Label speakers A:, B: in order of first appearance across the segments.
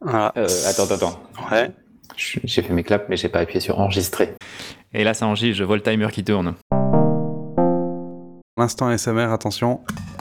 A: Voilà.
B: Attends.
A: Ouais.
B: J'ai fait mes claps, mais j'ai pas appuyé sur enregistrer.
C: Et là, ça enregistre, je vois le timer qui tourne.
A: L'instant ASMR, attention.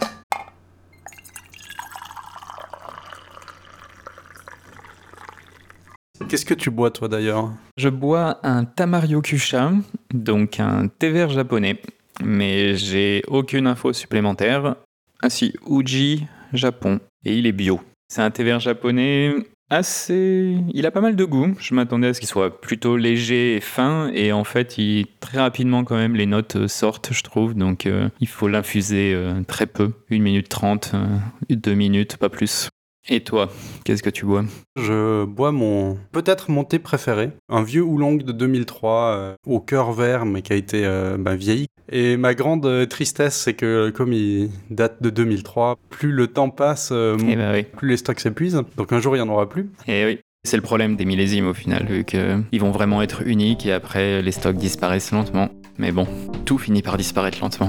A: Qu'est-ce que tu bois, toi, d'ailleurs ?
C: Je bois un Tamaryokusha, donc un thé vert japonais, mais j'ai aucune info supplémentaire. Ah si, Uji Japon, et il est bio. C'est un thé vert japonais assez... Il a pas mal de goût, je m'attendais à ce qu'il soit plutôt léger et fin, et en fait, très rapidement quand même, les notes sortent, je trouve, donc il faut l'infuser très peu, 1 minute 30, 2 minutes, pas plus. Et toi, qu'est-ce que tu bois ?
A: Je bois peut-être mon thé préféré, un vieux oolong de 2003 au cœur vert mais qui a été vieilli. Et ma grande tristesse, c'est que comme il date de 2003, plus le temps passe, plus les stocks s'épuisent. Donc un jour il n'y en aura plus.
C: Et oui. C'est le problème des millésimes au final, vu qu'ils vont vraiment être uniques et après les stocks disparaissent lentement. Mais bon, tout finit par disparaître lentement.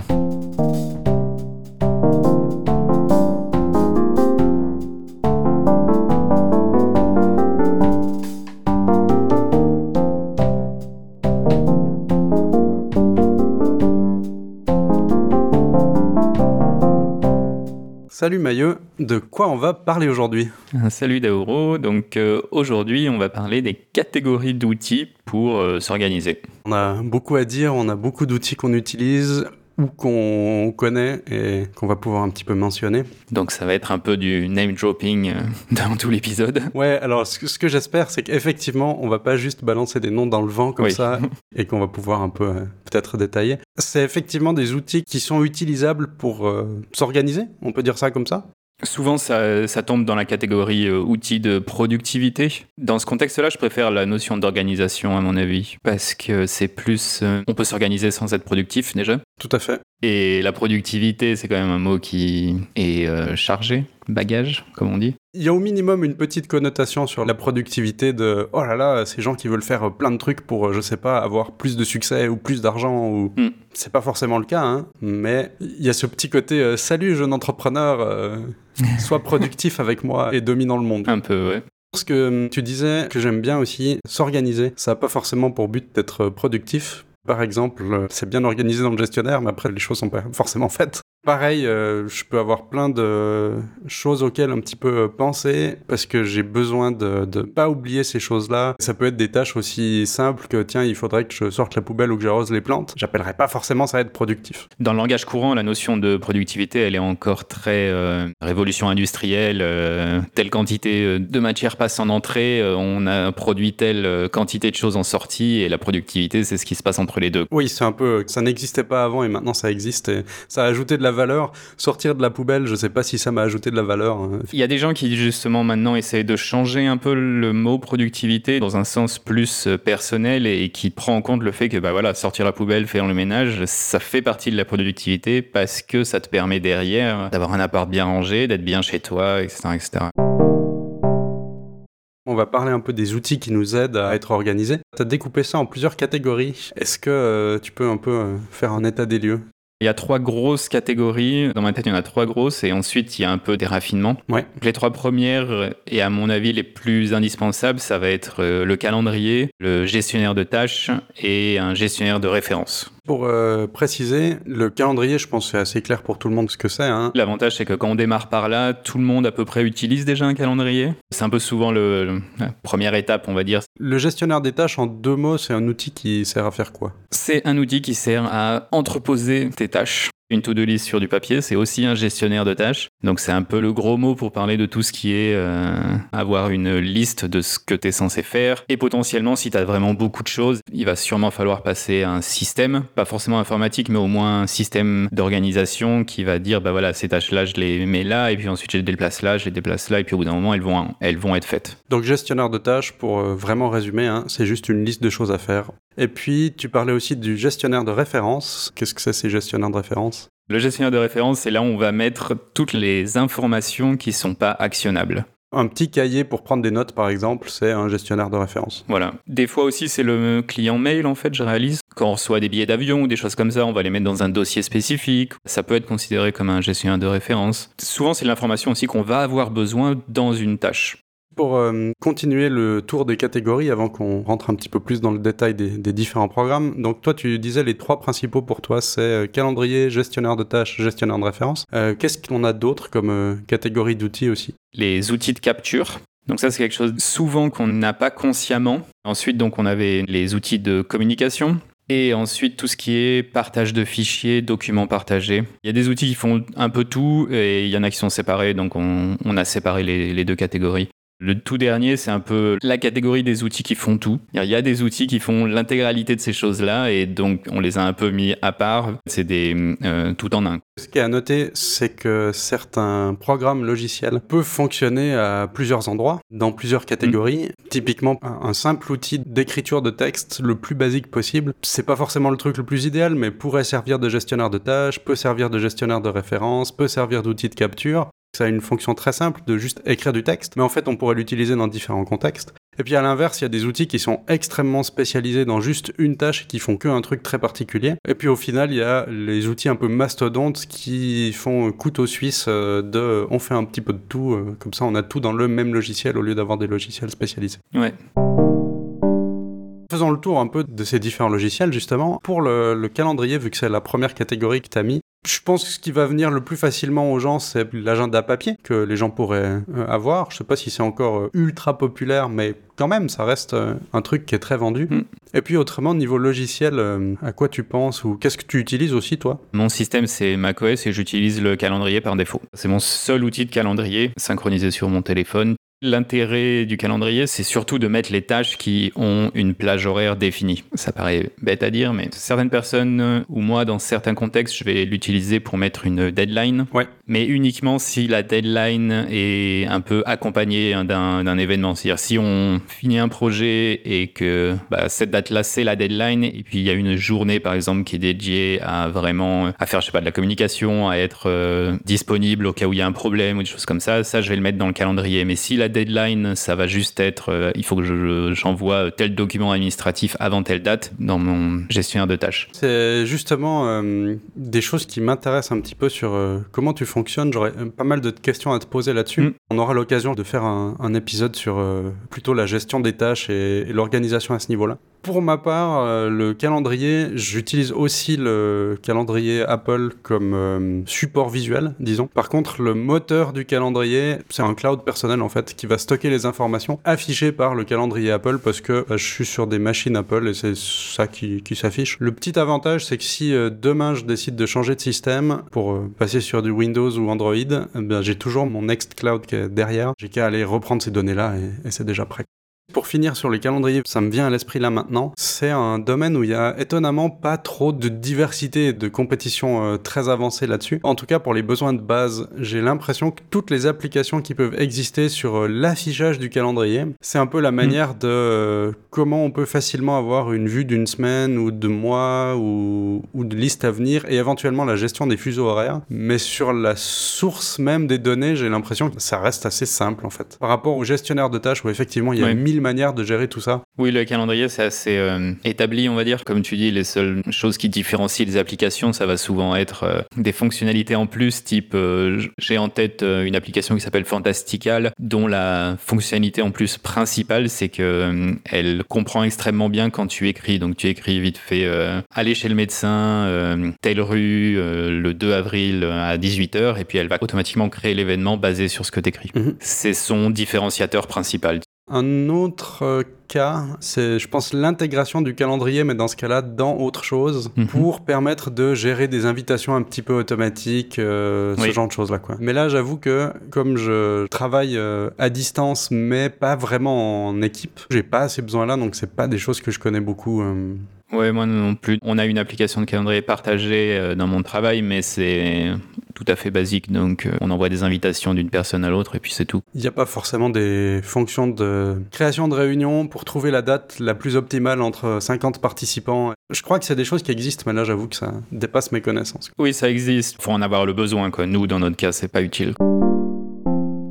A: Salut Maillot, de quoi on va parler aujourd'hui ?
C: Salut Daouro, donc aujourd'hui on va parler des catégories d'outils pour s'organiser.
A: On a beaucoup à dire, on a beaucoup d'outils qu'on utilise ou qu'on connaît et qu'on va pouvoir un petit peu mentionner.
C: Donc ça va être un peu du name dropping dans tout l'épisode.
A: Ouais, alors ce que j'espère, c'est qu'effectivement, on va pas juste balancer des noms dans le vent comme ça et qu'on va pouvoir un peu peut-être détailler. C'est effectivement des outils qui sont utilisables pour s'organiser, on peut dire ça comme ça ?
C: Souvent, ça tombe dans la catégorie outils de productivité. Dans ce contexte-là, je préfère la notion d'organisation, à mon avis, parce que c'est plus... on peut s'organiser sans être productif, déjà.
A: Tout à fait.
C: Et la productivité, c'est quand même un mot qui est chargé, bagage, comme on dit.
A: Il y a au minimum une petite connotation sur la productivité de « Oh là là, ces gens qui veulent faire plein de trucs pour, je sais pas, avoir plus de succès ou plus d'argent. » ou... C'est pas forcément le cas, hein, mais il y a ce petit côté « Salut, jeune entrepreneur, sois productif avec moi et dominant le monde. »
C: Un peu, ouais.
A: Ce que tu disais, que j'aime bien aussi, s'organiser, ça n'a pas forcément pour but d'être productif. Par exemple, c'est bien organisé dans le gestionnaire, mais après, les choses sont pas forcément faites. Pareil, je peux avoir plein de choses auxquelles un petit peu penser parce que j'ai besoin de pas oublier ces choses-là. Ça peut être des tâches aussi simples que tiens, il faudrait que je sorte la poubelle ou que j'arrose les plantes. J'appellerais pas forcément ça être productif.
C: Dans le langage courant, la notion de productivité, elle est encore très révolution industrielle. Telle quantité de matière passe en entrée, on a produit telle quantité de choses en sortie et la productivité, c'est ce qui se passe entre les deux.
A: Oui, c'est un peu... Ça n'existait pas avant et maintenant ça existe et ça a ajouté de la valeur. Sortir de la poubelle, je sais pas si ça m'a ajouté de la valeur.
C: Il y a des gens qui justement maintenant essayent de changer un peu le mot productivité dans un sens plus personnel et qui prend en compte le fait que sortir la poubelle, faire le ménage, ça fait partie de la productivité parce que ça te permet derrière d'avoir un appart bien rangé, d'être bien chez toi, etc., etc.
A: On va parler un peu des outils qui nous aident à être organisés. Tu as découpé ça en plusieurs catégories. Est-ce que tu peux un peu faire un état des lieux ?
C: Il y a 3 grosses catégories. Dans ma tête, il y en a 3 grosses et ensuite, il y a un peu des raffinements.
A: Ouais.
C: Les 3 premières, et à mon avis les plus indispensables, ça va être le calendrier, le gestionnaire de tâches et un gestionnaire de référence.
A: Pour préciser, le calendrier, je pense que c'est assez clair pour tout le monde ce que c'est. Hein.
C: L'avantage, c'est que quand on démarre par là, tout le monde à peu près utilise déjà un calendrier. C'est un peu souvent la première étape, on va dire.
A: Le gestionnaire des tâches, en 2 mots, c'est un outil qui sert à faire quoi ?
C: C'est un outil qui sert à entreposer tes tâches. Une to-do list sur du papier, c'est aussi un gestionnaire de tâches. Donc c'est un peu le gros mot pour parler de tout ce qui est avoir une liste de ce que tu es censé faire. Et potentiellement, si tu as vraiment beaucoup de choses, il va sûrement falloir passer à un système, pas forcément informatique, mais au moins un système d'organisation qui va dire, ces tâches-là, je les mets là, et puis ensuite je les déplace là, et puis au bout d'un moment, elles vont être faites.
A: Donc gestionnaire de tâches, pour vraiment résumer, hein, c'est juste une liste de choses à faire. Et puis, tu parlais aussi du gestionnaire de référence. Qu'est-ce que c'est, ces gestionnaires de référence ?
C: Le gestionnaire de référence, c'est là où on va mettre toutes les informations qui ne sont pas actionnables.
A: Un petit cahier pour prendre des notes, par exemple, c'est un gestionnaire de référence.
C: Voilà. Des fois aussi, c'est le client mail, en fait, je réalise. Quand on reçoit des billets d'avion ou des choses comme ça, on va les mettre dans un dossier spécifique. Ça peut être considéré comme un gestionnaire de référence. Souvent, c'est l'information aussi qu'on va avoir besoin dans une tâche.
A: Pour continuer le tour des catégories, avant qu'on rentre un petit peu plus dans le détail des différents programmes, donc toi tu disais les 3 principaux pour toi, c'est calendrier, gestionnaire de tâches, gestionnaire de références. Qu'est-ce qu'on a d'autre comme catégorie d'outils aussi?
C: Les outils de capture. Donc ça, c'est quelque chose souvent qu'on n'a pas consciemment. Ensuite, donc, on avait les outils de communication. Et ensuite, tout ce qui est partage de fichiers, documents partagés. Il y a des outils qui font un peu tout et il y en a qui sont séparés. Donc, on a séparé les 2 catégories. Le tout dernier, c'est un peu la catégorie des outils qui font tout. Il y a des outils qui font l'intégralité de ces choses-là et donc on les a un peu mis à part. C'est des tout en un.
A: Ce qui est à noter, c'est que certains programmes logiciels peuvent fonctionner à plusieurs endroits, dans plusieurs catégories. Typiquement, un simple outil d'écriture de texte le plus basique possible, c'est pas forcément le truc le plus idéal, mais pourrait servir de gestionnaire de tâches, peut servir de gestionnaire de références, peut servir d'outil de capture. Ça a une fonction très simple de juste écrire du texte, mais en fait on pourrait l'utiliser dans différents contextes. Et puis à l'inverse, il y a des outils qui sont extrêmement spécialisés dans juste une tâche et qui font qu'un truc très particulier. Et puis au final, il y a les outils un peu mastodontes qui font couteau suisse de on fait un petit peu de tout, comme ça on a tout dans le même logiciel au lieu d'avoir des logiciels spécialisés.
C: Ouais.
A: Faisons le tour un peu de ces différents logiciels justement. Pour le calendrier, vu que c'est la première catégorie que tu as mis, je pense que ce qui va venir le plus facilement aux gens, c'est l'agenda papier que les gens pourraient avoir. Je sais pas si c'est encore ultra populaire, mais quand même, ça reste un truc qui est très vendu. Et puis autrement, niveau logiciel, à quoi tu penses ou qu'est-ce que tu utilises aussi, toi?
C: Mon système, c'est macOS et j'utilise le calendrier par défaut. C'est mon seul outil de calendrier synchronisé sur mon téléphone. L'intérêt du calendrier, c'est surtout de mettre les tâches qui ont une plage horaire définie. Ça paraît bête à dire, mais certaines personnes, ou moi, dans certains contextes, je vais l'utiliser pour mettre une deadline.
A: Ouais.
C: Mais uniquement si la deadline est un peu accompagnée d'un événement. C'est-à-dire si on finit un projet et que cette date-là, c'est la deadline, et puis il y a une journée, par exemple, qui est dédiée à vraiment à faire, de la communication, à être disponible au cas où il y a un problème ou des choses comme ça, je vais le mettre dans le calendrier. Mais si la deadline, ça va juste être il faut que j'envoie tel document administratif avant telle date dans mon gestionnaire de tâches.
A: C'est justement des choses qui m'intéressent un petit peu sur comment tu fonctionnes. J'aurais pas mal de questions à te poser là-dessus. On aura l'occasion de faire un épisode sur plutôt la gestion des tâches et l'organisation à ce niveau-là. Pour ma part, le calendrier, j'utilise aussi le calendrier Apple comme support visuel, disons. Par contre, le moteur du calendrier, c'est un cloud personnel en fait, qui va stocker les informations affichées par le calendrier Apple parce que je suis sur des machines Apple et c'est ça qui s'affiche. Le petit avantage, c'est que si demain je décide de changer de système pour passer sur du Windows ou Android, j'ai toujours mon Nextcloud qui est derrière. J'ai qu'à aller reprendre ces données-là et c'est déjà prêt. Pour finir sur les calendriers, ça me vient à l'esprit là maintenant, c'est un domaine où il y a étonnamment pas trop de diversité et de compétition très avancée là-dessus. En tout cas, pour les besoins de base, j'ai l'impression que toutes les applications qui peuvent exister sur l'affichage du calendrier, c'est un peu la manière de comment on peut facilement avoir une vue d'une semaine ou de mois ou de liste à venir et éventuellement la gestion des fuseaux horaires. Mais sur la source même des données, j'ai l'impression que ça reste assez simple en fait. Par rapport au gestionnaire de tâches où effectivement il y a 1000 manières de gérer tout ça.
C: Oui, le calendrier, c'est assez établi, on va dire. Comme tu dis, les seules choses qui différencient les applications, ça va souvent être des fonctionnalités en plus, type j'ai en tête une application qui s'appelle Fantastical, dont la fonctionnalité en plus principale, c'est que elle comprend extrêmement bien quand tu écris. Donc tu écris vite fait aller chez le médecin, telle rue, le 2 avril à 18h, et puis elle va automatiquement créer l'événement basé sur ce que tu écris. C'est son différenciateur principal.
A: Un autre cas, c'est, je pense, l'intégration du calendrier, mais dans ce cas-là, dans autre chose, pour permettre de gérer des invitations un petit peu automatiques, ce genre de choses-là, quoi. Mais là, j'avoue que, comme je travaille à distance, mais pas vraiment en équipe, j'ai pas assez besoin là, donc c'est pas des choses que je connais beaucoup.
C: Ouais, moi non plus. On a une application de calendrier partagée dans mon travail, mais c'est tout à fait basique. Donc, on envoie des invitations d'une personne à l'autre et puis c'est tout.
A: Il n'y a pas forcément des fonctions de création de réunion pour trouver la date la plus optimale entre 50 participants. Je crois que c'est des choses qui existent, mais là, j'avoue que ça dépasse mes connaissances.
C: Oui, ça existe. Faut en avoir le besoin, quoi. Nous, dans notre cas, c'est pas utile.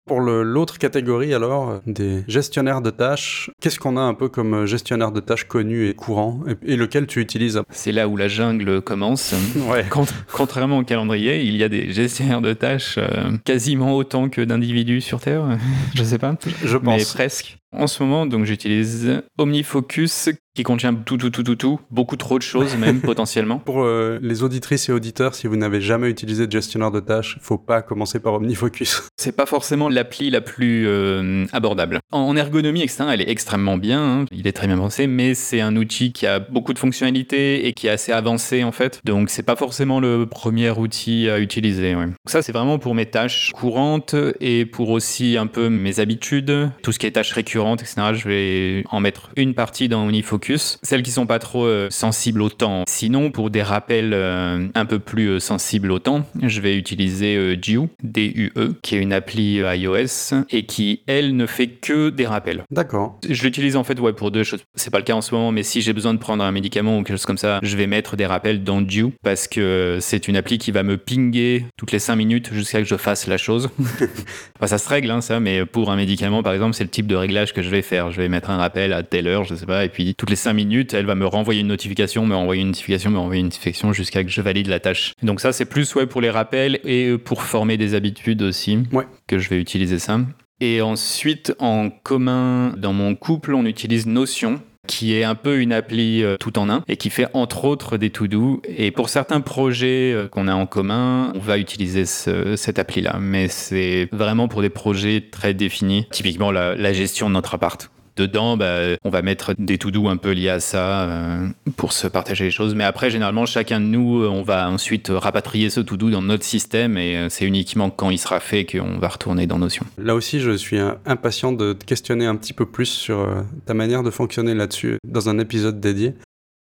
A: Pour l'autre catégorie alors, des gestionnaires de tâches, qu'est-ce qu'on a un peu comme gestionnaire de tâches connu et courant, et lequel tu utilises?
C: C'est là où la jungle commence.
A: Ouais.
C: Contrairement au calendrier, il y a des gestionnaires de tâches quasiment autant que d'individus sur Terre. Je sais pas.
A: Je pense.
C: Mais presque. En ce moment, donc, j'utilise OmniFocus qui contient tout, beaucoup trop de choses même potentiellement.
A: Pour les auditrices et auditeurs, si vous n'avez jamais utilisé de gestionnaire de tâches, faut pas commencer par OmniFocus.
C: C'est pas forcément l'appli la plus abordable. En ergonomie, etc., elle est extrêmement bien, hein. Il est très bien pensé, mais c'est un outil qui a beaucoup de fonctionnalités et qui est assez avancé en fait. Donc c'est pas forcément le premier outil à utiliser. Ouais. Donc ça, c'est vraiment pour mes tâches courantes et pour aussi un peu mes habitudes, tout ce qui est tâches récurrentes, etc. Je vais en mettre une partie dans OmniFocus. Celles qui sont pas trop sensibles au temps. Sinon, pour des rappels un peu plus sensibles au temps, je vais utiliser Due, D-U-E, qui est une appli iOS et qui, elle, ne fait que des rappels.
A: D'accord.
C: Je l'utilise en fait pour deux choses. C'est pas le cas en ce moment, mais si j'ai besoin de prendre un médicament ou quelque chose comme ça, je vais mettre des rappels dans Due parce que c'est une appli qui va me pinguer toutes les 5 minutes jusqu'à que je fasse la chose. Enfin, ça se règle, hein, ça, mais pour un médicament, par exemple, c'est le type de réglage que je vais faire. Je vais mettre un rappel à telle heure, je sais pas, et puis toutes les 5 minutes, elle va me renvoyer une notification, me renvoyer une notification jusqu'à que je valide la tâche. Donc ça, c'est plus pour les rappels et pour former des habitudes aussi, que je vais utiliser ça. Et ensuite, en commun, dans mon couple, on utilise Notion, qui est un peu une appli tout en un et qui fait entre autres des to-do. Et pour certains projets qu'on a en commun, on va utiliser cette appli-là. Mais c'est vraiment pour des projets très définis. Typiquement, la gestion de notre appart. Dedans, on va mettre des to-do un peu liés à ça pour se partager les choses. Mais après, généralement, chacun de nous, on va ensuite rapatrier ce to-do dans notre système et c'est uniquement quand il sera fait qu'on va retourner dans Notion.
A: Là aussi, je suis impatient de te questionner un petit peu plus sur ta manière de fonctionner là-dessus dans un épisode dédié.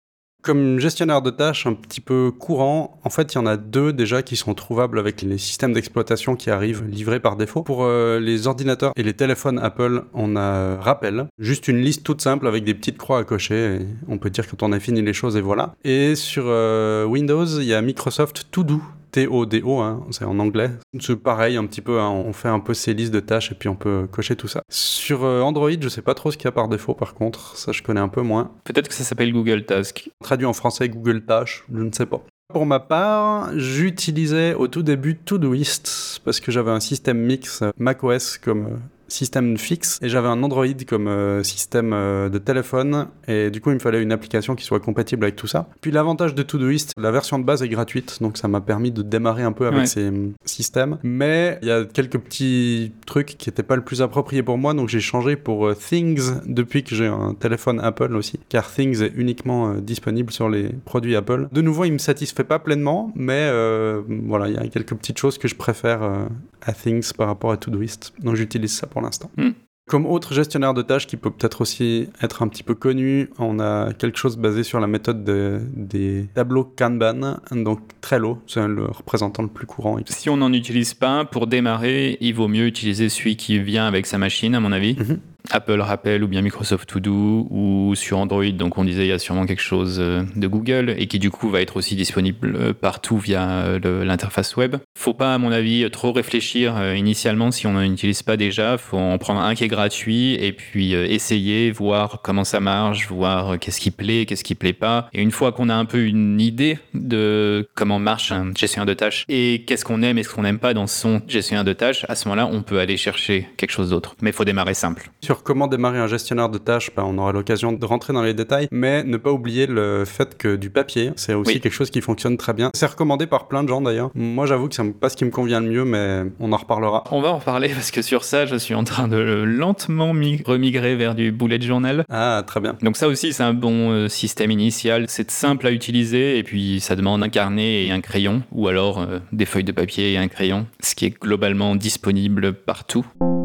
A: Comme gestionnaire de tâches un petit peu courant, en fait, il y en a 2 déjà qui sont trouvables avec les systèmes d'exploitation qui arrivent livrés par défaut. Pour les ordinateurs et les téléphones Apple, on a Rappel, juste une liste toute simple avec des petites croix à cocher. Et on peut dire quand on a fini les choses et voilà. Et sur Windows, il y a Microsoft To Do. T-O-D-O, hein, c'est en anglais. C'est pareil un petit peu, hein, on fait un peu ces listes de tâches et puis on peut cocher tout ça. Sur Android, je sais pas trop ce qu'il y a par défaut par contre, ça je connais un peu moins.
C: Peut-être que ça s'appelle Google Task.
A: Traduit en français Google Tâches, je ne sais pas. Pour ma part, j'utilisais au tout début Todoist parce que j'avais un système mix macOS comme système fixe et j'avais un Android comme système de téléphone et du coup il me fallait une application qui soit compatible avec tout ça. Puis l'avantage de Todoist, la version de base est gratuite donc ça m'a permis de démarrer un peu avec ces systèmes, mais il y a quelques petits trucs qui n'étaient pas le plus approprié pour moi donc j'ai changé pour Things depuis que j'ai un téléphone Apple aussi car Things est uniquement disponible sur les produits Apple. De nouveau il me satisfait pas pleinement mais voilà il y a quelques petites choses que je préfère à Things par rapport à Todoist donc j'utilise ça pour l'instant. Comme autre gestionnaire de tâches qui peut peut-être aussi être un petit peu connu, on a quelque chose basé sur la méthode des tableaux Kanban, donc Trello, c'est le représentant le plus courant.
C: Si on n'en utilise pas, pour démarrer, il vaut mieux utiliser celui qui vient avec sa machine, à mon avis. Apple Rappel ou bien Microsoft To Do ou sur Android, donc on disait il y a sûrement quelque chose de Google et qui du coup va être aussi disponible partout via l'interface web. Faut pas à mon avis trop réfléchir initialement si on n'en utilise pas déjà, faut en prendre un qui est gratuit et puis essayer, voir comment ça marche, voir qu'est-ce qui plaît, qu'est-ce qui plaît pas. Et une fois qu'on a un peu une idée de comment marche un gestionnaire de tâches et qu'est-ce qu'on aime et ce qu'on n'aime pas dans son gestionnaire de tâches, à ce moment-là on peut aller chercher quelque chose d'autre. Mais il faut démarrer simple.
A: Sur comment démarrer un gestionnaire de tâches, on aura l'occasion de rentrer dans les détails, mais ne pas oublier le fait que du papier, c'est aussi quelque chose qui fonctionne très bien. C'est recommandé par plein de gens d'ailleurs. Moi j'avoue que c'est pas ce qui me convient le mieux, mais on en reparlera.
C: On va en reparler parce que sur ça, je suis en train de lentement remigrer vers du bullet journal.
A: Ah, très bien.
C: Donc ça aussi, c'est un bon système initial. C'est simple à utiliser et puis ça demande un carnet et un crayon, ou alors des feuilles de papier et un crayon, ce qui est globalement disponible partout.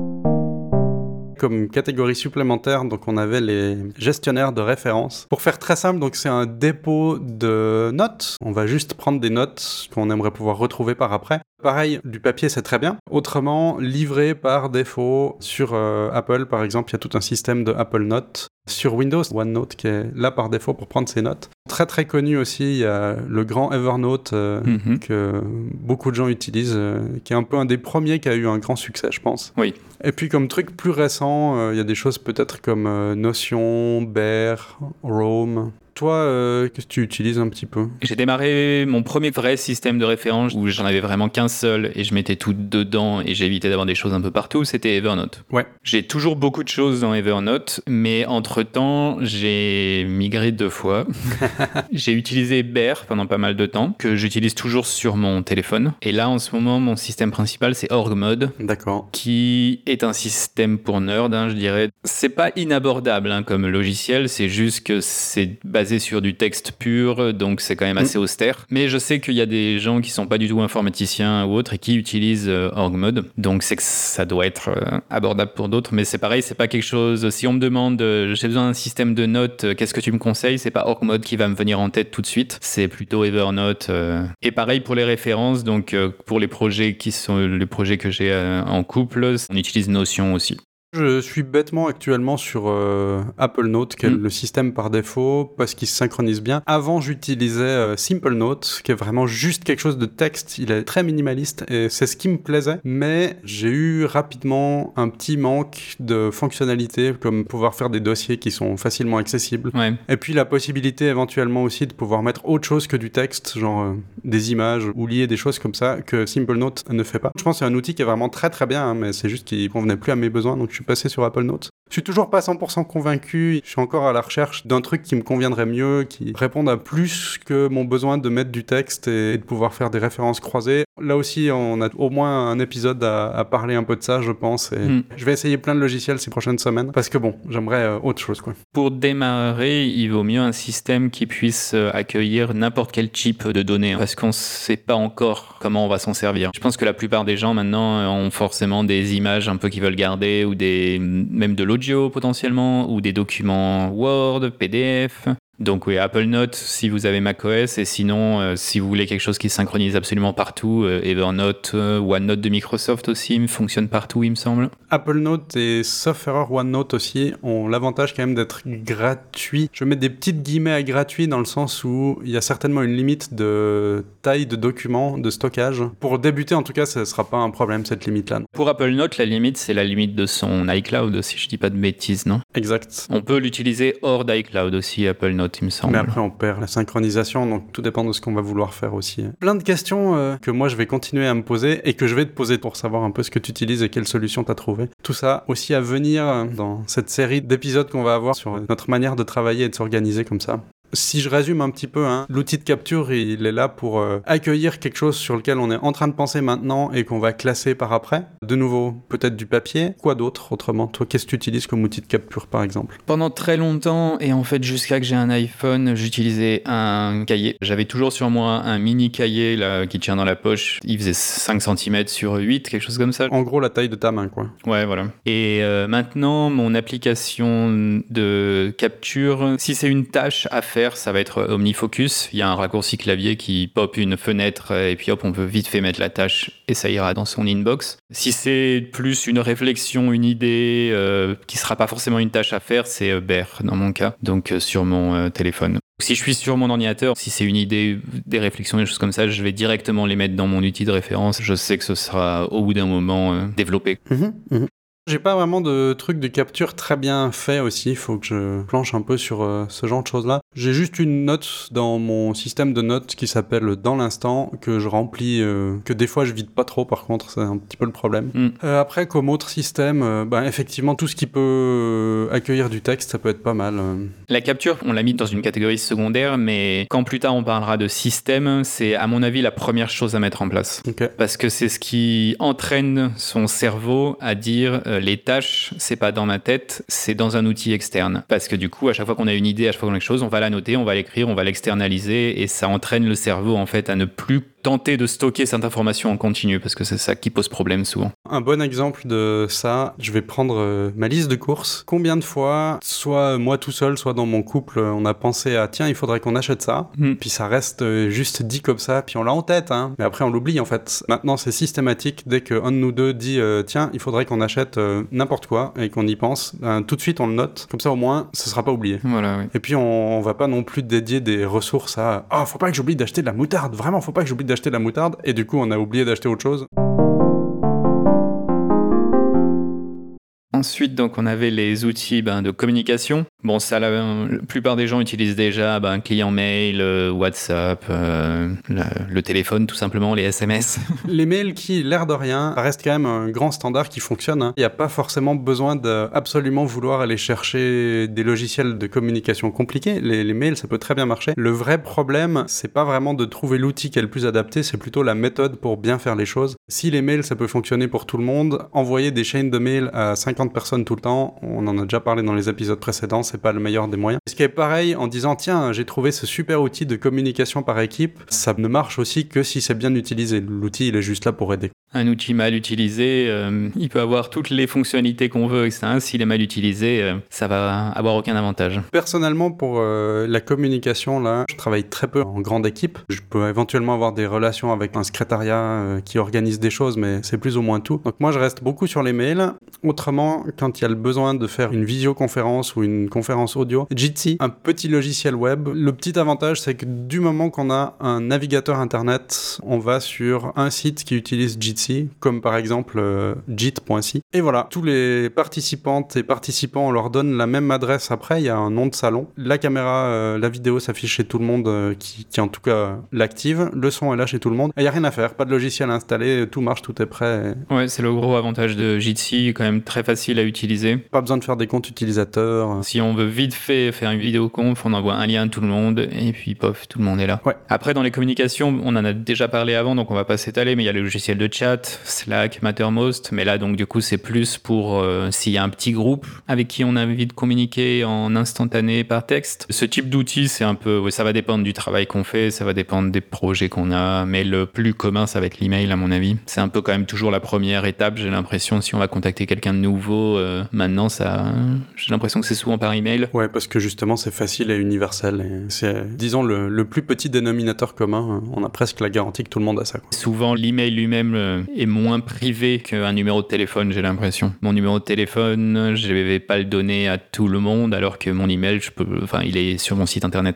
A: Comme catégorie supplémentaire, donc on avait les gestionnaires de référence. Pour faire très simple, donc c'est un dépôt de notes. On va juste prendre des notes qu'on aimerait pouvoir retrouver par après. Pareil, du papier, c'est très bien. Autrement, livré par défaut sur Apple, par exemple, il y a tout un système de Apple Notes Sur Windows, OneNote qui est là par défaut pour prendre ses notes. Très très connu aussi, il y a le grand Evernote que beaucoup de gens utilisent, qui est un peu un des premiers qui a eu un grand succès, je pense.
C: Oui.
A: Et puis comme truc plus récent, il y a des choses peut-être comme Notion, Bear, Roam. Toi, qu'est-ce que tu utilises un petit peu ?
C: J'ai démarré mon premier vrai système de référence où j'en avais vraiment qu'un seul et je mettais tout dedans et j'évitais d'avoir des choses un peu partout, c'était Evernote.
A: Ouais.
C: J'ai toujours beaucoup de choses dans Evernote, mais entre-temps, j'ai migré 2 fois. J'ai utilisé Bear pendant pas mal de temps, que j'utilise toujours sur mon téléphone. Et là, en ce moment, mon système principal, c'est OrgMod.
A: D'accord.
C: Qui est un système pour nerds, je dirais. C'est pas inabordable comme logiciel, c'est juste que c'est basé sur du texte pur, donc c'est quand même assez austère. Mais je sais qu'il y a des gens qui sont pas du tout informaticiens ou autres et qui utilisent OrgMod, donc c'est que ça doit être abordable pour d'autres. Mais c'est pareil, c'est pas quelque chose. Si on me demande, j'ai besoin d'un système de notes, qu'est-ce que tu me conseilles ? C'est pas OrgMod qui va me venir en tête tout de suite, c'est plutôt Evernote. Et pareil pour les références, donc pour les projets qui sont les projets que j'ai en couple, on utilise Notion aussi.
A: Je suis bêtement actuellement sur Apple Note, qui est le système par défaut, parce qu'il se synchronise bien. Avant, j'utilisais Simple Note, qui est vraiment juste quelque chose de texte. Il est très minimaliste et c'est ce qui me plaisait. Mais j'ai eu rapidement un petit manque de fonctionnalités, comme pouvoir faire des dossiers qui sont facilement accessibles.
C: Ouais.
A: Et puis la possibilité éventuellement aussi de pouvoir mettre autre chose que du texte, genre des images ou lier des choses comme ça, que Simple Note ne fait pas. Je pense que c'est un outil qui est vraiment très très bien, mais c'est juste qu'il convenait plus à mes besoins, donc je suis passé sur Apple Notes. Je suis toujours pas 100% convaincu, je suis encore à la recherche d'un truc qui me conviendrait mieux, qui réponde à plus que mon besoin de mettre du texte et de pouvoir faire des références croisées. Là aussi, on a au moins un épisode à parler un peu de ça, je pense, et je vais essayer plein de logiciels ces prochaines semaines, parce que bon, j'aimerais autre chose, quoi.
C: Pour démarrer, il vaut mieux un système qui puisse accueillir n'importe quel type de données, parce qu'on sait pas encore comment on va s'en servir. Je pense que la plupart des gens maintenant ont forcément des images un peu qu'ils veulent garder, ou même de l'audio potentiellement, ou des documents Word, PDF. Donc oui, Apple Note si vous avez macOS, et sinon si vous voulez quelque chose qui synchronise absolument partout, Evernote, OneNote de Microsoft aussi fonctionne partout, il me semble.
A: Apple Note et sauf erreur OneNote aussi ont l'avantage quand même d'être gratuits. Je mets des petites guillemets à gratuit dans le sens où il y a certainement une limite de taille de document, de stockage. Pour débuter en tout cas, ça ne sera pas un problème cette limite-là.
C: Pour Apple Note, la limite c'est la limite de son iCloud, si je dis pas de bêtises, non ?
A: Exact.
C: On peut l'utiliser hors d'iCloud aussi, Apple Note, il me semble.
A: Mais après, on perd la synchronisation, donc tout dépend de ce qu'on va vouloir faire aussi. Plein de questions que moi, je vais continuer à me poser et que je vais te poser pour savoir un peu ce que tu utilises et quelles solutions tu as trouvées. Tout ça aussi à venir dans cette série d'épisodes qu'on va avoir sur notre manière de travailler et de s'organiser comme ça. Si je résume un petit peu, l'outil de capture, il est là pour accueillir quelque chose sur lequel on est en train de penser maintenant et qu'on va classer par après. De nouveau, peut-être du papier. Quoi d'autre, autrement ? Toi, qu'est-ce que tu utilises comme outil de capture, par exemple ?
C: Pendant très longtemps, et en fait jusqu'à que j'ai un iPhone, j'utilisais un cahier. J'avais toujours sur moi un mini cahier là, qui tient dans la poche. Il faisait 5 cm sur 8, quelque chose comme ça.
A: En gros, la taille de ta main, quoi.
C: Ouais, voilà. Et maintenant, mon application de capture, si c'est une tâche à faire, ça va être OmniFocus. Il y a un raccourci clavier qui pop une fenêtre et puis hop, on peut vite fait mettre la tâche et ça ira dans son inbox. Si c'est plus une réflexion, une idée qui sera pas forcément une tâche à faire, c'est Bear dans mon cas, donc sur mon téléphone. Si je suis sur mon ordinateur, si c'est une idée, des réflexions, des choses comme ça, je vais directement les mettre dans mon outil de référence. Je sais que ce sera au bout d'un moment développé.
A: J'ai pas vraiment de truc de capture très bien fait aussi, il faut que je planche un peu sur ce genre de choses-là. J'ai juste une note dans mon système de notes qui s'appelle Dans l'instant, que je remplis, que des fois je vide pas trop par contre, c'est un petit peu le problème. Après, comme autre système, effectivement tout ce qui peut accueillir du texte, ça peut être pas mal.
C: La capture, on l'a mis dans une catégorie secondaire, mais quand plus tard on parlera de système, c'est à mon avis la première chose à mettre en place.
A: Okay.
C: Parce que c'est ce qui entraîne son cerveau à dire les tâches, c'est pas dans ma tête, c'est dans un outil externe. Parce que du coup, à chaque fois qu'on a une idée, à chaque fois qu'on a quelque chose, on va la noter, on va l'écrire, on va l'externaliser et ça entraîne le cerveau en fait à ne plus tenter de stocker cette information en continu, parce que c'est ça qui pose problème souvent.
A: Un bon exemple de ça, je vais prendre ma liste de courses. Combien de fois, soit moi tout seul, soit dans mon couple, on a pensé à tiens, il faudrait qu'on achète ça, puis ça reste juste dit comme ça, puis on l'a en tête, hein. Mais après on l'oublie en fait. Maintenant c'est systématique, dès qu'un de nous deux dit tiens, il faudrait qu'on achète n'importe quoi et qu'on y pense, tout de suite on le note, comme ça au moins ça sera pas oublié.
C: Voilà, oui.
A: Et puis on va pas non plus dédier des ressources à faut pas que j'oublie d'acheter de la moutarde, vraiment faut pas que j'oublie d'acheter de la moutarde, et du coup on a oublié d'acheter autre chose.
C: Ensuite, donc, on avait les outils de communication. Bon, ça, la plupart des gens utilisent déjà un client mail, WhatsApp, le téléphone, tout simplement, les SMS.
A: Les mails qui, l'air de rien, restent quand même un grand standard qui fonctionne, hein. Il n'y a pas forcément besoin d'absolument vouloir aller chercher des logiciels de communication compliqués. Les mails, ça peut très bien marcher. Le vrai problème, c'est pas vraiment de trouver l'outil qui est le plus adapté, c'est plutôt la méthode pour bien faire les choses. Si les mails, ça peut fonctionner pour tout le monde, envoyer des chaînes de mails à 50 personnes tout le temps, on en a déjà parlé dans les épisodes précédents, c'est pas le meilleur des moyens. Ce qui est pareil en disant tiens, j'ai trouvé ce super outil de communication par équipe, ça ne marche aussi que si c'est bien utilisé. L'outil, il est juste là pour aider.
C: Un outil mal utilisé, il peut avoir toutes les fonctionnalités qu'on veut, etc. S'il est mal utilisé, ça va avoir aucun avantage.
A: Personnellement, pour la communication, là, je travaille très peu en grande équipe. Je peux éventuellement avoir des relations avec un secrétariat qui organise des choses, mais c'est plus ou moins tout. Donc moi, je reste beaucoup sur les mails. Autrement, quand il y a le besoin de faire une visioconférence ou une conférence audio, Jitsi, un petit logiciel web. Le petit avantage, c'est que du moment qu'on a un navigateur internet, on va sur un site qui utilise Jitsi, comme par exemple jit.si. Et voilà, tous les participantes et participants, on leur donne la même adresse après, il y a un nom de salon. La caméra, la vidéo s'affiche chez tout le monde qui en tout cas l'active. Le son est là chez tout le monde. Il n'y a rien à faire, pas de logiciel installé, tout marche, tout est prêt.
C: Ouais, c'est le gros avantage de Jitsi, quand même très facile à utiliser.
A: Pas besoin de faire des comptes utilisateurs.
C: Si on veut vite fait faire une vidéoconf, on envoie un lien à tout le monde et puis pof, tout le monde est là.
A: Ouais.
C: Après, dans les communications, on en a déjà parlé avant, donc on va pas s'étaler, mais il y a le logiciel de chat, Slack, Mattermost, mais là donc du coup c'est plus pour s'il y a un petit groupe avec qui on a envie de communiquer en instantané par texte. Ce type d'outil, c'est un peu, ça va dépendre du travail qu'on fait, ça va dépendre des projets qu'on a, mais le plus commun ça va être l'email à mon avis. C'est un peu quand même toujours la première étape, j'ai l'impression, si on va contacter quelqu'un de nouveau, maintenant j'ai l'impression que c'est souvent par email.
A: Ouais, parce que justement c'est facile et universel, et c'est, disons, le plus petit dénominateur commun. On a presque la garantie que tout le monde a ça, quoi.
C: Souvent l'email lui-même est moins privé qu'un numéro de téléphone, j'ai l'impression. Mon numéro de téléphone, je ne vais pas le donner à tout le monde, alors que mon email, il est sur mon site internet.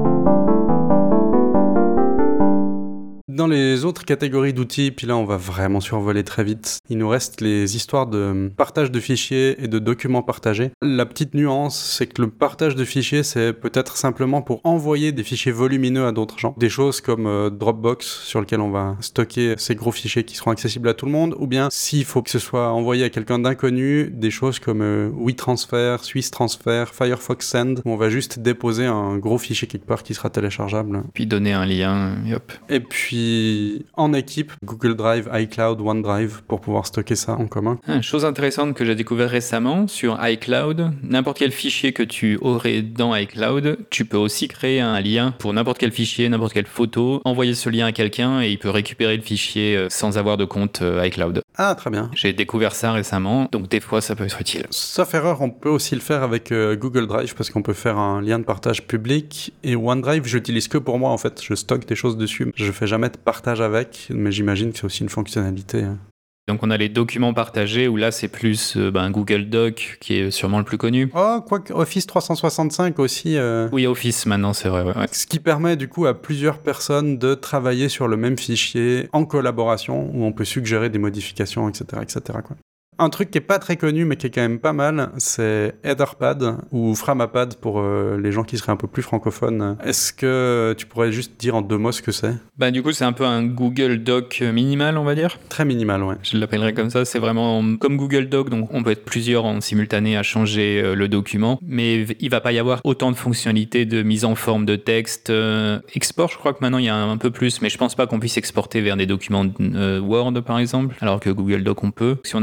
A: Dans les autres catégories d'outils, puis là on va vraiment survoler très vite, il nous reste les histoires de partage de fichiers et de documents partagés. La petite nuance, c'est que le partage de fichiers, c'est peut-être simplement pour envoyer des fichiers volumineux à d'autres gens. Des choses comme Dropbox, sur lequel on va stocker ces gros fichiers qui seront accessibles à tout le monde, ou bien s'il faut que ce soit envoyé à quelqu'un d'inconnu, des choses comme WeTransfer, SwissTransfer, Firefox Send, où on va juste déposer un gros fichier quelque part qui sera téléchargeable.
C: Puis donner un lien, et hop.
A: Et puis en équipe, Google Drive, iCloud, OneDrive, pour pouvoir stocker ça en commun.
C: Chose intéressante que j'ai découvert récemment sur iCloud, n'importe quel fichier que tu aurais dans iCloud, tu peux aussi créer un lien pour n'importe quel fichier, n'importe quelle photo, envoyer ce lien à quelqu'un et il peut récupérer le fichier sans avoir de compte iCloud.
A: Ah, très bien.
C: J'ai découvert ça récemment, donc des fois ça peut être utile.
A: Sauf erreur, on peut aussi le faire avec Google Drive parce qu'on peut faire un lien de partage public, et OneDrive, j'utilise que pour moi en fait, je stocke des choses dessus. Je fais jamais de partage avec, mais j'imagine que c'est aussi une fonctionnalité.
C: Donc on a les documents partagés où là c'est plus Google Doc qui est sûrement le plus connu.
A: Oh, quoique Office 365 aussi.
C: Oui, Office maintenant, c'est vrai. Ouais.
A: Ce qui permet du coup à plusieurs personnes de travailler sur le même fichier en collaboration, où on peut suggérer des modifications, etc. quoi. Un truc qui est pas très connu mais qui est quand même pas mal, c'est Etherpad ou Framapad pour les gens qui seraient un peu plus francophones. Est-ce que tu pourrais juste dire en 2 mots ce que c'est ?
C: Du coup, c'est un peu un Google Doc minimal, on va dire.
A: Très minimal, ouais.
C: Je l'appellerais comme ça, c'est vraiment comme Google Doc, donc on peut être plusieurs en simultané à changer le document, mais il va pas y avoir autant de fonctionnalités de mise en forme de texte. Export, je crois que maintenant il y a un peu plus, mais je pense pas qu'on puisse exporter vers des documents Word par exemple, alors que Google Doc on peut. Si on a besoin d'un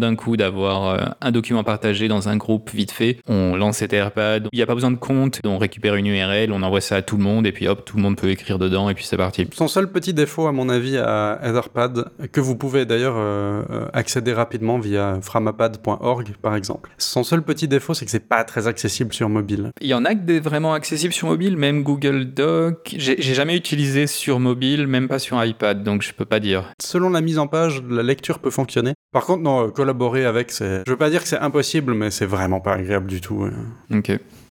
C: d'un coup d'avoir un document partagé dans un groupe vite fait. On lance Etherpad, il n'y a pas besoin de compte, on récupère une URL, on envoie ça à tout le monde et puis hop, tout le monde peut écrire dedans et puis c'est parti.
A: Son seul petit défaut, à mon avis, à Etherpad, que vous pouvez d'ailleurs accéder rapidement via framapad.org, par exemple. Son seul petit défaut, c'est que c'est pas très accessible sur mobile.
C: Il y en a que des vraiment accessibles sur mobile, même Google Doc. J'ai jamais utilisé sur mobile, même pas sur iPad, donc je peux pas dire.
A: Selon la mise en page, la lecture peut fonctionner. Par contre, non, collaborer avec, c'est... Je veux pas dire que c'est impossible, mais c'est vraiment pas agréable du tout.
C: Ok.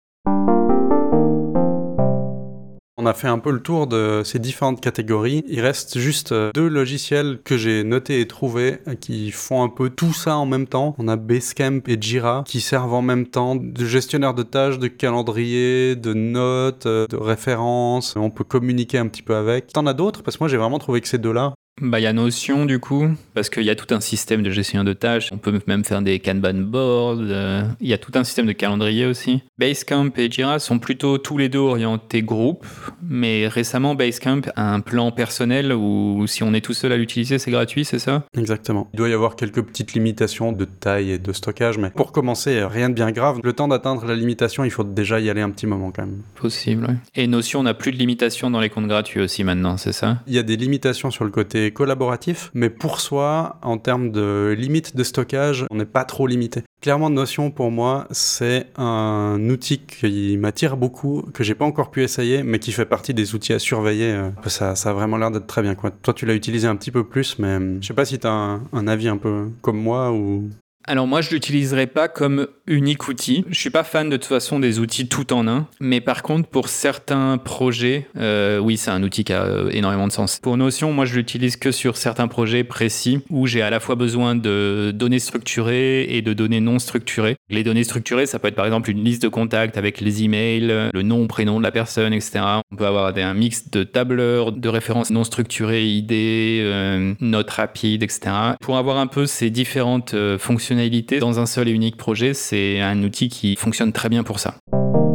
A: On a fait un peu le tour de ces différentes catégories. Il reste juste 2 logiciels que j'ai notés et trouvés qui font un peu tout ça en même temps. On a Basecamp et Jira qui servent en même temps de gestionnaire de tâches, de calendrier, de notes, de références. On peut communiquer un petit peu avec. T'en as d'autres? Parce que moi j'ai vraiment trouvé que ces 2-là.
C: Bah, il y a Notion du coup, parce qu'il y a tout un système de gestion de tâches. On peut même faire des Kanban boards. Il y a tout un système de calendrier aussi. Basecamp et Jira sont plutôt tous les deux orientés groupe, mais récemment Basecamp a un plan personnel où si on est tout seul à l'utiliser, c'est gratuit, c'est ça?
A: Exactement. Il doit y avoir quelques petites limitations de taille et de stockage, mais pour commencer, rien de bien grave. Le temps d'atteindre la limitation, il faut déjà y aller un petit moment quand même.
C: Possible, ouais. Et Notion n'a plus de limitation dans les comptes gratuits aussi maintenant, c'est ça?
A: Il y a des limitations sur le côté collaboratif, mais pour soi, en termes de limite de stockage, on n'est pas trop limité. Clairement, Notion, pour moi, c'est un outil qui m'attire beaucoup, que j'ai pas encore pu essayer, mais qui fait partie des outils à surveiller. Ça a vraiment l'air d'être très bien, quoi. Toi, tu l'as utilisé un petit peu plus, mais je sais pas si t'as un avis un peu comme moi ou...
C: Alors moi, je l'utiliserai pas comme unique outil. Je suis pas fan de toute façon des outils tout en un, mais par contre pour certains projets, oui, c'est un outil qui a énormément de sens. Pour Notion, moi je l'utilise que sur certains projets précis où j'ai à la fois besoin de données structurées et de données non structurées. Les données structurées, ça peut être par exemple une liste de contacts avec les emails, le nom, prénom de la personne, etc. On peut avoir un mix de tableurs, de références non structurées, idées, notes rapides, etc. Pour avoir un peu ces différentes fonctionnalités dans un seul et unique projet, c'est un outil qui fonctionne très bien pour ça.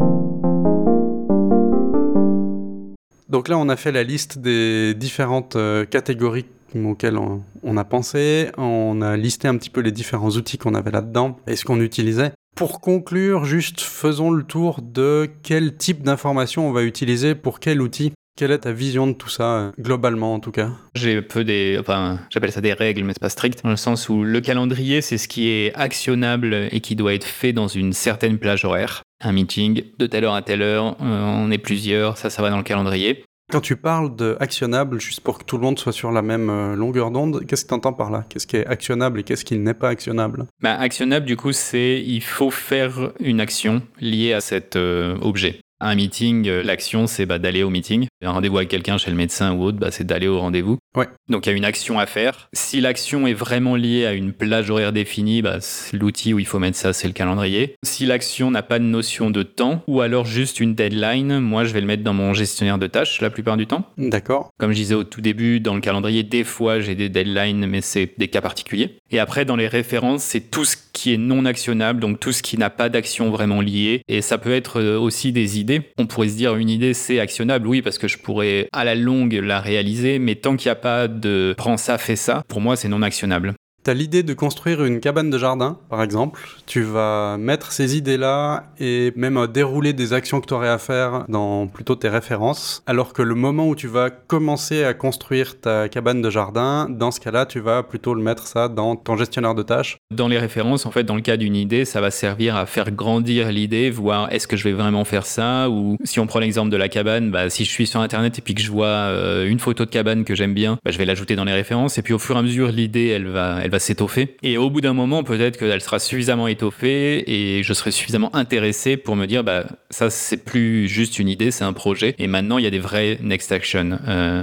A: Donc là, on a fait la liste des différentes catégories auxquelles on a pensé. On a listé un petit peu les différents outils qu'on avait là-dedans et ce qu'on utilisait. Pour conclure, juste faisons le tour de quel type d'information on va utiliser pour quel outil. Quelle est ta vision de tout ça, globalement en tout cas?
C: J'ai j'appelle ça des règles, mais c'est pas strict, dans le sens où le calendrier, c'est ce qui est actionnable et qui doit être fait dans une certaine plage horaire. Un meeting, de telle heure à telle heure, on est plusieurs, ça va dans le calendrier.
A: Quand tu parles de actionnable, juste pour que tout le monde soit sur la même longueur d'onde, qu'est-ce que tu entends par là? Qu'est-ce qui est actionnable et qu'est-ce qui n'est pas actionnable?
C: Actionnable, du coup, c'est il faut faire une action liée à cet objet. Un meeting, l'action, c'est d'aller au meeting. Un rendez-vous avec quelqu'un chez le médecin ou autre, c'est d'aller au rendez-vous.
A: Ouais.
C: Donc, il y a une action à faire. Si l'action est vraiment liée à une plage horaire définie, c'est l'outil où il faut mettre ça, c'est le calendrier. Si l'action n'a pas de notion de temps, ou alors juste une deadline, moi, je vais le mettre dans mon gestionnaire de tâches la plupart du temps.
A: D'accord.
C: Comme je disais au tout début, dans le calendrier, des fois, j'ai des deadlines, mais c'est des cas particuliers. Et après, dans les références, c'est tout ce qui est non actionnable, donc tout ce qui n'a pas d'action vraiment liée. Et ça peut être aussi des idées. On pourrait se dire une idée c'est actionnable, oui, parce que je pourrais à la longue la réaliser, mais tant qu'il n'y a pas de prends ça, fais ça, pour moi c'est non actionnable.
A: T'as l'idée de construire une cabane de jardin, par exemple. Tu vas mettre ces idées-là et même dérouler des actions que tu aurais à faire dans plutôt tes références. Alors que le moment où tu vas commencer à construire ta cabane de jardin, dans ce cas-là, tu vas plutôt le mettre ça dans ton gestionnaire de tâches.
C: Dans les références, en fait, dans le cas d'une idée, ça va servir à faire grandir l'idée, voir est-ce que je vais vraiment faire ça, ou si on prend l'exemple de la cabane, si je suis sur Internet et puis que je vois une photo de cabane que j'aime bien, je vais l'ajouter dans les références et puis au fur et à mesure, l'idée, elle va s'étoffer. Et au bout d'un moment, peut-être qu'elle sera suffisamment étoffée et je serai suffisamment intéressé pour me dire, ça, c'est plus juste une idée, c'est un projet. Et maintenant, il y a des vrais next action.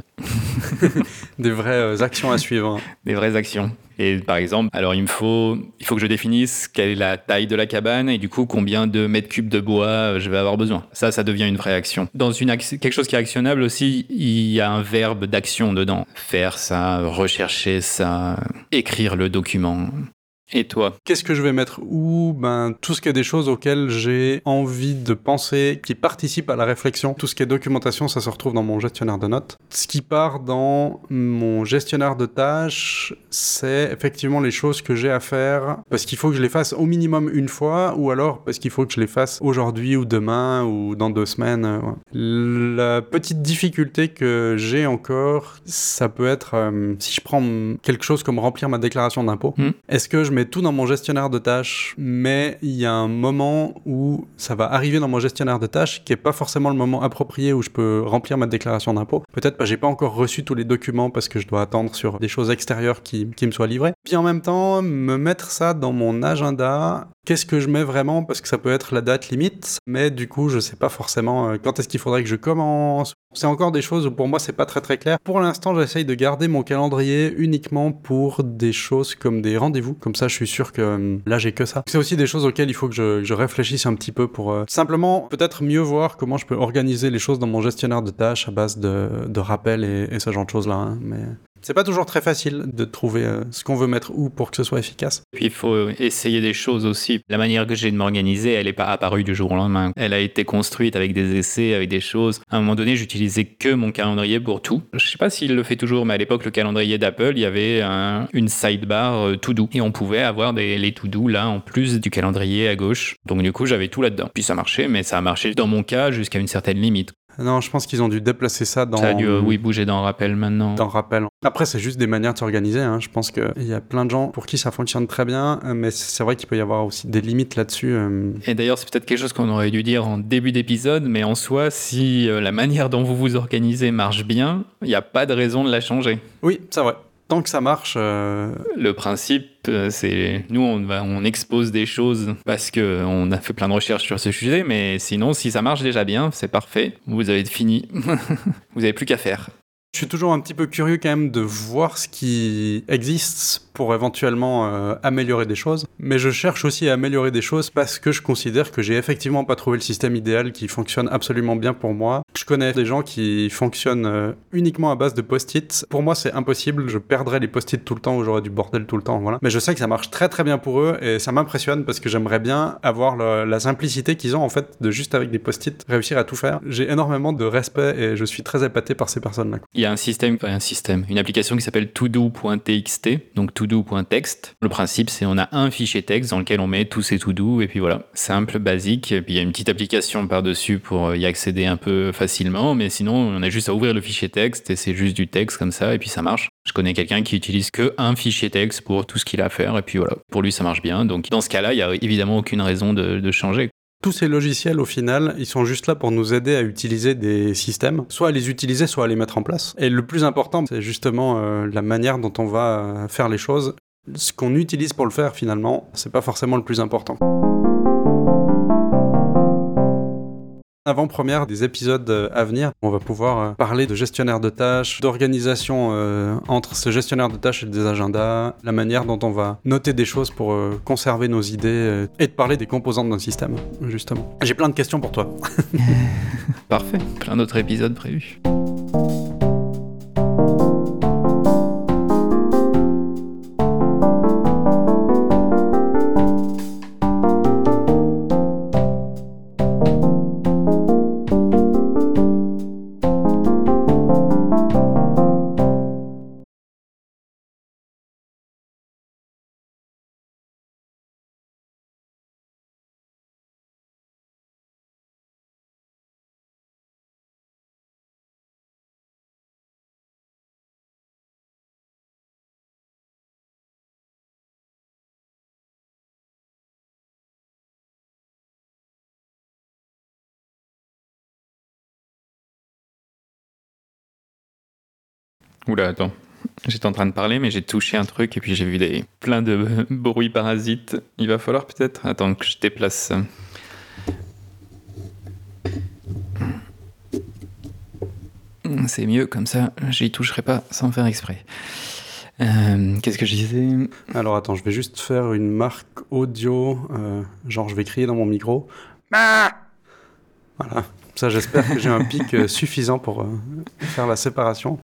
A: Des vraies actions à suivre.
C: Des vraies actions. Et par exemple, alors il faut que je définisse quelle est la taille de la cabane et du coup combien de mètres cubes de bois je vais avoir besoin. Ça devient une vraie action. Dans quelque chose qui est actionnable aussi, il y a un verbe d'action dedans. Faire ça, rechercher ça, écrire le document. Et toi?
A: Qu'est-ce que je vais mettre où? Tout ce qui est des choses auxquelles j'ai envie de penser, qui participent à la réflexion. Tout ce qui est documentation, ça se retrouve dans mon gestionnaire de notes. Ce qui part dans mon gestionnaire de tâches, c'est effectivement les choses que j'ai à faire parce qu'il faut que je les fasse au minimum une fois ou alors parce qu'il faut que je les fasse aujourd'hui ou demain ou dans 2 semaines. Ouais. La petite difficulté que j'ai encore, ça peut être si je prends quelque chose comme remplir ma déclaration d'impôt. Est-ce que je mets tout dans mon gestionnaire de tâches, mais il y a un moment où ça va arriver dans mon gestionnaire de tâches qui est pas forcément le moment approprié où je peux remplir ma déclaration d'impôt. Peut-être j'ai pas encore reçu tous les documents parce que je dois attendre sur des choses extérieures qui me soient livrées. Puis en même temps, me mettre ça dans mon agenda, qu'est-ce que je mets vraiment? Parce que ça peut être la date limite, mais du coup, je sais pas forcément quand est-ce qu'il faudrait que je commence. C'est encore des choses où pour moi, c'est pas très très clair. Pour l'instant, j'essaye de garder mon calendrier uniquement pour des choses comme des rendez-vous. Comme ça, je suis sûr que là, j'ai que ça. C'est aussi des choses auxquelles il faut que je réfléchisse un petit peu pour simplement peut-être mieux voir comment je peux organiser les choses dans mon gestionnaire de tâches à base de rappels et ce genre de choses-là. Hein. Mais c'est pas toujours très facile de trouver ce qu'on veut mettre où pour que ce soit efficace.
C: Puis il faut essayer des choses aussi. La manière que j'ai de m'organiser, elle n'est pas apparue du jour au lendemain. Elle a été construite avec des essais, avec des choses. À un moment donné, j'utilisais que mon calendrier pour tout. Je sais pas s'il le fait toujours, mais à l'époque, le calendrier d'Apple, il y avait une sidebar to-do. Et on pouvait avoir les to-do là, en plus du calendrier à gauche. Donc du coup, j'avais tout là-dedans. Puis ça marchait, mais ça a marché dans mon cas jusqu'à une certaine limite.
A: Non, je pense qu'ils ont dû déplacer ça dans...
C: Ça a dû, bouger dans Rappel maintenant.
A: Dans Rappel. Après, c'est juste des manières de s'organiser. Hein. Je pense qu'il y a plein de gens pour qui ça fonctionne très bien, mais c'est vrai qu'il peut y avoir aussi des limites là-dessus.
C: Et d'ailleurs, c'est peut-être quelque chose qu'on aurait dû dire en début d'épisode, mais en soi, si la manière dont vous vous organisez marche bien, il n'y a pas de raison de la changer.
A: Oui, c'est vrai. Tant que ça marche...
C: Le principe, c'est... Nous, on expose des choses parce qu'on a fait plein de recherches sur ce sujet, mais sinon, si ça marche déjà bien, c'est parfait. Vous avez fini. Vous n'avez plus qu'à faire.
A: Je suis toujours un petit peu curieux quand même de voir ce qui existe pour éventuellement améliorer des choses. Mais je cherche aussi à améliorer des choses parce que je considère que j'ai effectivement pas trouvé le système idéal qui fonctionne absolument bien pour moi. Je connais des gens qui fonctionnent uniquement à base de post-it. Pour moi, c'est impossible. Je perdrais les post-it tout le temps ou j'aurais du bordel tout le temps. Voilà. Mais je sais que ça marche très très bien pour eux et ça m'impressionne parce que j'aimerais bien avoir la simplicité qu'ils ont en fait de juste avec des post-it réussir à tout faire. J'ai énormément de respect et je suis très épaté par ces personnes-là.
C: Il y a une application qui s'appelle todo.txt, donc todo.text. Le principe, c'est on a un fichier texte dans lequel on met tous ces to-do et puis voilà, simple, basique. Et puis il y a une petite application par-dessus pour y accéder un peu facilement, mais sinon on a juste à ouvrir le fichier texte et c'est juste du texte comme ça et puis ça marche. Je connais quelqu'un qui utilise que un fichier texte pour tout ce qu'il a à faire et puis voilà, pour lui ça marche bien. Donc dans ce cas-là, il y a évidemment aucune raison de changer.
A: Tous ces logiciels, au final, ils sont juste là pour nous aider à utiliser des systèmes, soit à les utiliser, soit à les mettre en place. Et le plus important, c'est justement la manière dont on va faire les choses. Ce qu'on utilise pour le faire, finalement, c'est pas forcément le plus important. Avant-première des épisodes à venir, on va pouvoir parler de gestionnaire de tâches, d'organisation entre ce gestionnaire de tâches et des agendas, la manière dont on va noter des choses pour conserver nos idées et de parler des composantes d'un système, justement. J'ai plein de questions pour toi.
C: Parfait, plein d'autres épisodes prévus. Oula, attends. J'étais en train de parler, mais j'ai touché un truc et puis j'ai vu plein de bruits parasites. Il va falloir peut-être... Attends, que je déplace ça. C'est mieux, comme ça, j'y toucherai pas sans faire exprès. Qu'est-ce que je disais ?
A: Alors attends, je vais juste faire une marque audio. Genre, je vais crier dans mon micro. Voilà. Ça, j'espère que j'ai un pic suffisant pour faire la séparation.